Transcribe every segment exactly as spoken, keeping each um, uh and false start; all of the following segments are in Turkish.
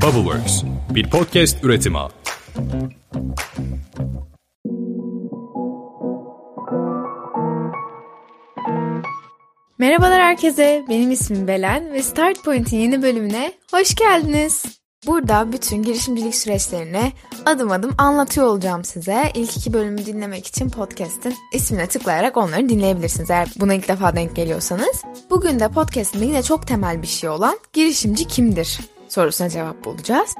Bubbleworks, bir podcast üretimi. Merhabalar herkese, benim ismim Belen ve Start Point'in yeni bölümüne hoş geldiniz. Burada bütün girişimcilik süreçlerini adım adım anlatıyor olacağım size. İlk iki bölümü dinlemek için podcast'in ismine tıklayarak onları dinleyebilirsiniz eğer buna ilk defa denk geliyorsanız. Bugün de podcast'inde yine çok temel bir şey olan girişimci kimdir sorusuna cevap bulacağız.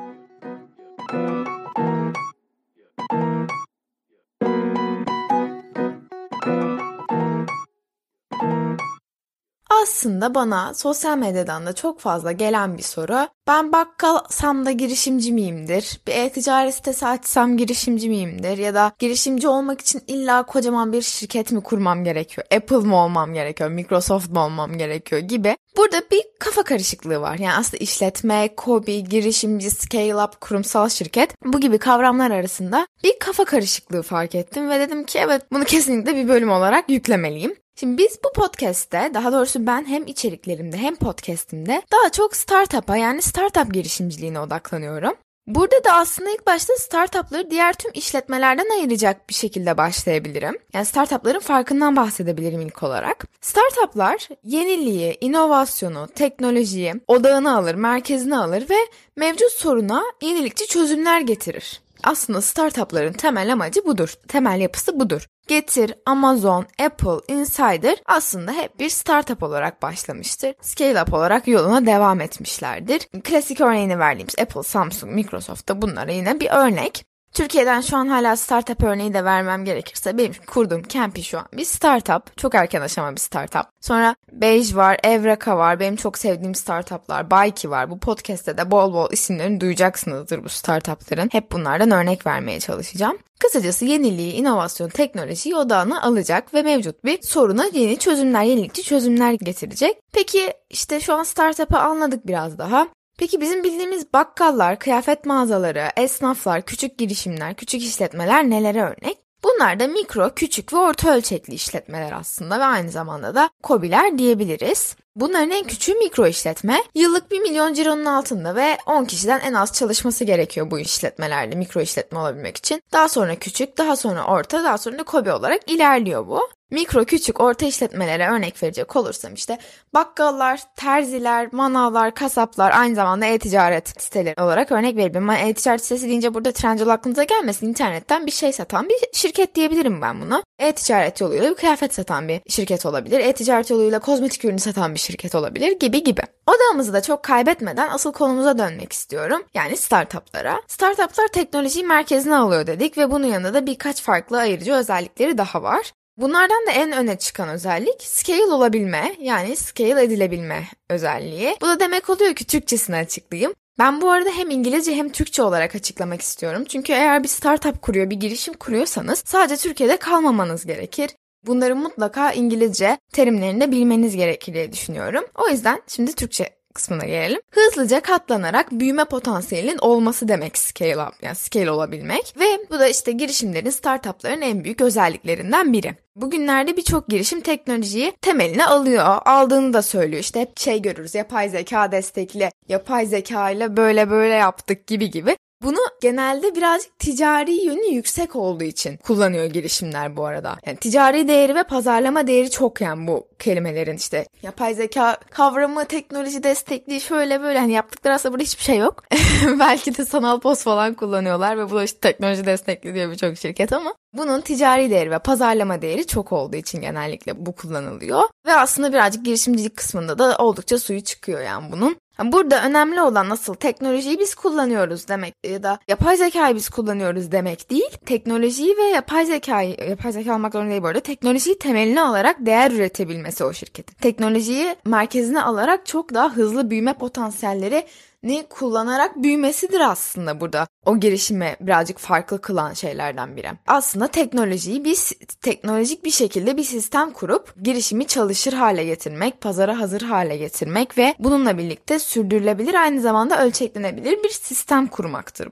Aslında bana sosyal medyadan da çok fazla gelen bir soru. Ben bakkalsam da girişimci miyimdir? Bir e-ticaret sitesi açsam girişimci miyimdir? Ya da girişimci olmak için illa kocaman bir şirket mi kurmam gerekiyor? Apple mı olmam gerekiyor? Microsoft mu olmam gerekiyor gibi. Burada bir kafa karışıklığı var. Yani aslında işletme, KOBİ, girişimci, scale-up, kurumsal şirket bu gibi kavramlar arasında bir kafa karışıklığı fark ettim. Ve dedim ki evet bunu kesinlikle bir bölüm olarak yüklemeliyim. Şimdi biz bu podcast'te, daha doğrusu ben hem içeriklerimde hem podcast'imde daha çok startup'a yani startup girişimciliğine odaklanıyorum. Burada da aslında ilk başta startup'ları diğer tüm işletmelerden ayıracak bir şekilde başlayabilirim. Yani startup'ların farkından bahsedebilirim ilk olarak. Startup'lar yeniliği, inovasyonu, teknolojiyi odağına alır, merkezine alır ve mevcut soruna yenilikçi çözümler getirir. Aslında startup'ların temel amacı budur. Temel yapısı budur. Getir, Amazon, Apple, Insider aslında hep bir startup olarak başlamıştır. Scale-up olarak yoluna devam etmişlerdir. Klasik örneğini verdiğimiz Apple, Samsung, Microsoft da bunlara yine bir örnek. Türkiye'den şu an hala startup örneği de vermem gerekirse benim kurduğum Campy şu an bir startup. Çok erken aşama bir startup. Sonra Beige var, Evraka var. Benim çok sevdiğim startuplar. Bayki var. Bu podcast'te de bol bol isimlerini duyacaksınızdır bu startupların. Hep bunlardan örnek vermeye çalışacağım. Kısacası yeniliği, inovasyon, teknolojiyi odağına alacak ve mevcut bir soruna yeni çözümler, yenilikçi çözümler getirecek. Peki işte şu an startup'ı anladık biraz daha. Peki bizim bildiğimiz bakkallar, kıyafet mağazaları, esnaflar, küçük girişimler, küçük işletmeler nelere örnek? Bunlar da mikro, küçük ve orta ölçekli işletmeler aslında ve aynı zamanda da KOBİ'ler diyebiliriz. Bunların en küçüğü mikro işletme. Yıllık bir milyon cironun altında ve on kişiden en az çalışması gerekiyor bu işletmelerde mikro işletme olabilmek için. Daha sonra küçük, daha sonra orta, daha sonra da KOBİ olarak ilerliyor bu. Mikro, küçük, orta işletmelere örnek verecek olursam işte bakkallar, terziler, manavlar, kasaplar aynı zamanda e-ticaret siteleri olarak örnek verebilirim. Ama e-ticaret sitesi deyince burada Trendyol aklınıza gelmesin. İnternetten bir şey satan bir şirket diyebilirim ben buna. E-ticaret yoluyla bir kıyafet satan bir şirket olabilir. E-ticaret yoluyla kozmetik ürünü satan bir şirket olabilir gibi gibi. Odağımızı da çok kaybetmeden asıl konumuza dönmek istiyorum. Yani startuplara. Startuplar teknolojiyi merkezine alıyor dedik ve bunun yanında da birkaç farklı ayırıcı özellikleri daha var. Bunlardan da en öne çıkan özellik scale olabilme yani scale edilebilme özelliği. Bu da demek oluyor ki Türkçesini açıklayayım. Ben bu arada hem İngilizce hem Türkçe olarak açıklamak istiyorum. Çünkü eğer bir startup kuruyor, bir girişim kuruyorsanız sadece Türkiye'de kalmamanız gerekir. Bunları mutlaka İngilizce terimlerini de bilmeniz gerekir diye düşünüyorum. O yüzden şimdi Türkçe kısmına gelelim. Hızlıca katlanarak büyüme potansiyelinin olması demek scale up, yani scale olabilmek ve bu da işte girişimlerin, startupların en büyük özelliklerinden biri. Bugünlerde birçok girişim teknolojiyi temeline alıyor, aldığını da söylüyor. İşte hep şey görürüz, yapay zeka destekli, yapay zeka ile böyle böyle yaptık gibi gibi. Bunu genelde birazcık ticari yönü yüksek olduğu için kullanıyor girişimler bu arada. Yani ticari değeri ve pazarlama değeri çok yani bu kelimelerin işte yapay zeka kavramı, teknoloji destekli şöyle böyle hani yaptıkları aslında burada hiçbir şey yok. Belki de sanal poz falan kullanıyorlar ve bu da işte teknoloji destekli diyor birçok şirket ama bunun ticari değeri ve pazarlama değeri çok olduğu için genellikle bu kullanılıyor. Ve aslında birazcık girişimcilik kısmında da oldukça suyu çıkıyor yani bunun. Burada önemli olan nasıl teknolojiyi biz kullanıyoruz demek ya da yapay zekayı biz kullanıyoruz demek değil. Teknolojiyi ve yapay zekayı, yapay zeka almak zorunda değil bu arada, teknolojiyi temeline alarak değer üretebilmesi o şirketin. Teknolojiyi merkezine alarak çok daha hızlı büyüme potansiyelleri ni kullanarak büyümesidir aslında burada o girişimi birazcık farklı kılan şeylerden biri. Aslında teknolojiyi biz teknolojik bir şekilde bir sistem kurup girişimi çalışır hale getirmek, pazara hazır hale getirmek ve bununla birlikte sürdürülebilir aynı zamanda ölçeklenebilir bir sistem kurmaktır bu.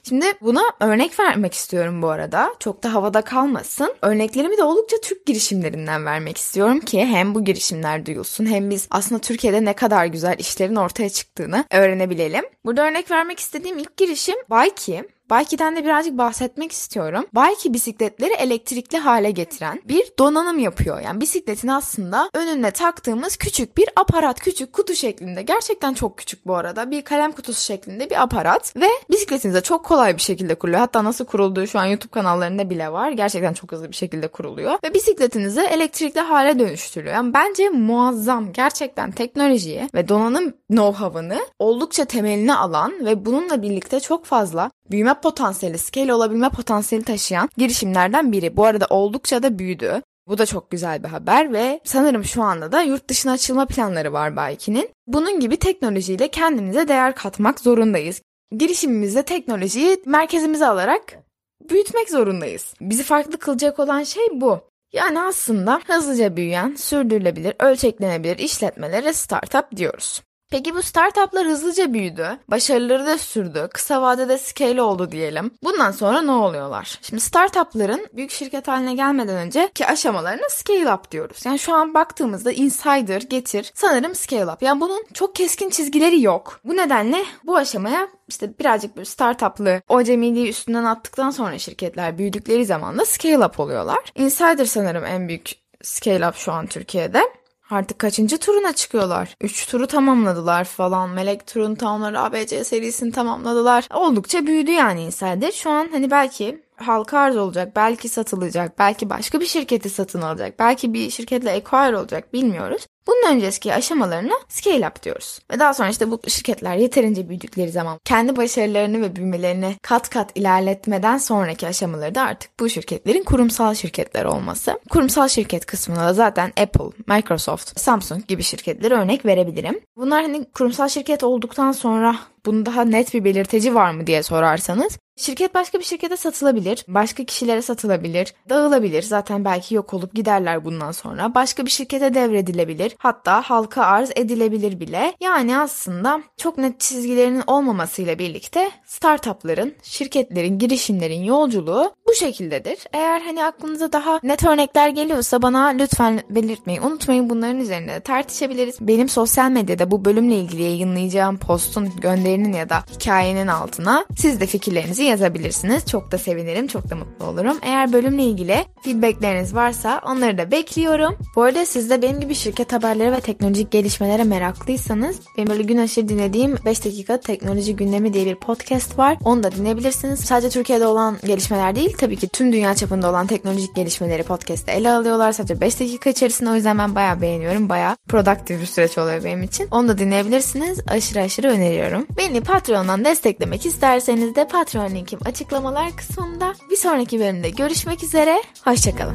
Şimdi buna örnek vermek istiyorum bu arada. Çok da havada kalmasın. Örneklerimi de oldukça Türk girişimlerinden vermek istiyorum ki hem bu girişimler duyulsun hem biz aslında Türkiye'de ne kadar güzel işlerin ortaya çıktığını öğrenebilelim. Burada örnek vermek istediğim ilk girişim Bikee. Bikee'den de birazcık bahsetmek istiyorum. Bikee bisikletleri elektrikli hale getiren bir donanım yapıyor. Yani bisikletin aslında önüne taktığımız küçük bir aparat, küçük kutu şeklinde. Gerçekten çok küçük bu arada. Bir kalem kutusu şeklinde bir aparat ve bisikletinize çok kolay bir şekilde kuruluyor. Hatta nasıl kurulduğu şu an YouTube kanallarında bile var. Gerçekten çok hızlı bir şekilde kuruluyor ve bisikletinizi elektrikli hale dönüştürüyor. Yani bence muazzam, gerçekten teknolojiyi ve donanım know-how'ını oldukça temeline alan ve bununla birlikte çok fazla büyüme potansiyeli, scale olabilme potansiyeli taşıyan girişimlerden biri. Bu arada oldukça da büyüdü. Bu da çok güzel bir haber ve sanırım şu anda da yurt dışına açılma planları var Bikee'nin. Bunun gibi teknolojiyle kendimize değer katmak zorundayız. Girişimimizde teknolojiyi merkezimize alarak büyütmek zorundayız. Bizi farklı kılacak olan şey bu. Yani aslında hızlıca büyüyen, sürdürülebilir, ölçeklenebilir işletmelere startup diyoruz. Peki bu startuplar hızlıca büyüdü, başarıları da sürdü, kısa vadede scale oldu diyelim. Bundan sonra ne oluyorlar? Şimdi startupların büyük şirket haline gelmeden önceki aşamalarına scale up diyoruz. Yani şu an baktığımızda insider, getir, sanırım scale up. Yani bunun çok keskin çizgileri yok. Bu nedenle bu aşamaya işte birazcık bir startuplı acemiliği üstünden attıktan sonra şirketler büyüdükleri zaman da scale up oluyorlar. Insider sanırım en büyük scale up şu an Türkiye'de. Artık kaçıncı turuna çıkıyorlar? üç turu tamamladılar falan. Melek turunu tamamladılar. A B C serisini tamamladılar. Oldukça büyüdü yani Insider. Şu an hani belki halka arz olacak, belki satılacak, belki başka bir şirketi satın alacak, belki bir şirketle acquire olacak, bilmiyoruz. Bunun önceki aşamalarına scale up diyoruz. Ve daha sonra işte bu şirketler yeterince büyüdükleri zaman kendi başarılarını ve büyümelerini kat kat ilerletmeden sonraki aşamaları da artık bu şirketlerin kurumsal şirketler olması. Kurumsal şirket kısmına da zaten Apple, Microsoft, Samsung gibi şirketleri örnek verebilirim. Bunlar hani kurumsal şirket olduktan sonra bunun daha net bir belirteci var mı diye sorarsanız, şirket başka bir şirkete satılabilir, başka kişilere satılabilir, dağılabilir. Zaten belki yok olup giderler bundan sonra. Başka bir şirkete devredilebilir. Hatta halka arz edilebilir bile. Yani aslında çok net çizgilerinin olmamasıyla birlikte startupların, şirketlerin, girişimlerin yolculuğu bu şekildedir. Eğer hani aklınıza daha net örnekler geliyorsa bana lütfen belirtmeyi unutmayın. Bunların üzerinde tartışabiliriz. Benim sosyal medyada bu bölümle ilgili yayınlayacağım postun, gönderinin ya da hikayenin altına siz de fikirlerinizi yazabilirsiniz. Çok da sevinirim, çok da mutlu olurum. Eğer bölümle ilgili feedbackleriniz varsa onları da bekliyorum. Bu arada siz de benim gibi şirket haberleri ve teknolojik gelişmelere meraklıysanız benim böyle gün aşırı dinlediğim beş dakika teknoloji gündemi diye bir podcast var. Onu da dinleyebilirsiniz. Sadece Türkiye'de olan gelişmeler değil, tabii ki tüm dünya çapında olan teknolojik gelişmeleri podcast'te ele alıyorlar. Sadece beş dakika içerisinde, o yüzden ben bayağı beğeniyorum. Bayağı produktif bir süreç oluyor benim için. Onu da dinleyebilirsiniz. Aşırı aşırı öneriyorum. Beni Patreon'dan desteklemek isterseniz de Patreon linkim açıklamalar kısmında. Bir sonraki bölümde görüşmek üzere. Hoşçakalın.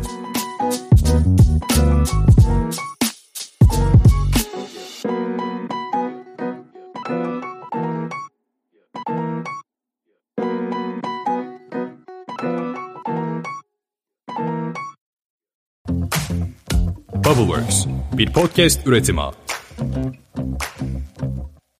Bubbleworks bir podcast üretimi.